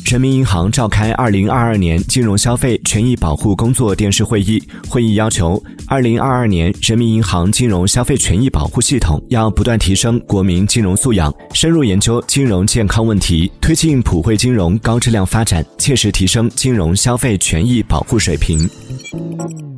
人民银行召开2022年金融消费权益保护工作电视会议，会议要求2022年人民银行金融消费权益保护系统要不断提升国民金融素养，深入研究金融健康问题，推进普惠金融高质量发展，切实提升金融消费权益保护水平。